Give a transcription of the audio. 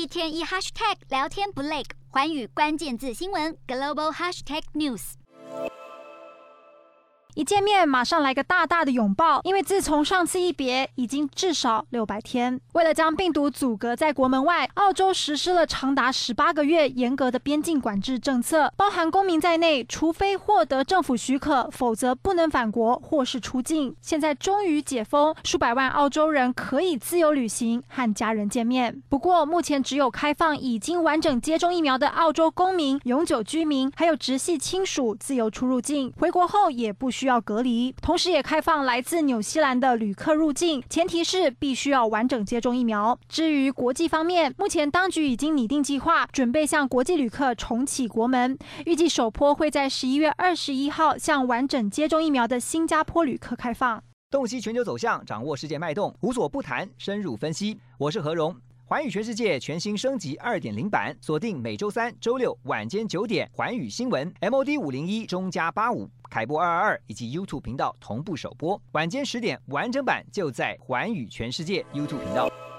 天一 hashtag 聊天不累，寰宇关键字新闻 global hashtag news。 一见面马上来个大大的拥抱，因为自从上次一别已经至少600天。为了将病毒阻隔在国门外，澳洲实施了长达18个月严格的边境管制政策，包含公民在内，除非获得政府许可，否则不能返国或是出境。现在终于解封，数百万澳洲人可以自由旅行和家人见面。不过目前只有开放已经完整接种疫苗的澳洲公民、永久居民还有直系亲属自由出入境，回国后也不需要隔离，同时也开放来自纽西兰的旅客入境，前提是必须要完整接种疫苗。至于国际方面，目前当局已经拟定计划，准备向国际旅客重启国门，预计首波会在11月21号向完整接种疫苗的新加坡旅客开放。 洞悉全球走向，掌握世界脉动，无所不谈，深入分析。我是何荣。寰宇全世界全新升级2.0版，锁定每周3、周6晚间9点，寰宇新闻 MOD 501中加85，凯播222以及 YouTube 频道同步首播。晚间10点完整版就在寰宇全世界 YouTube 频道。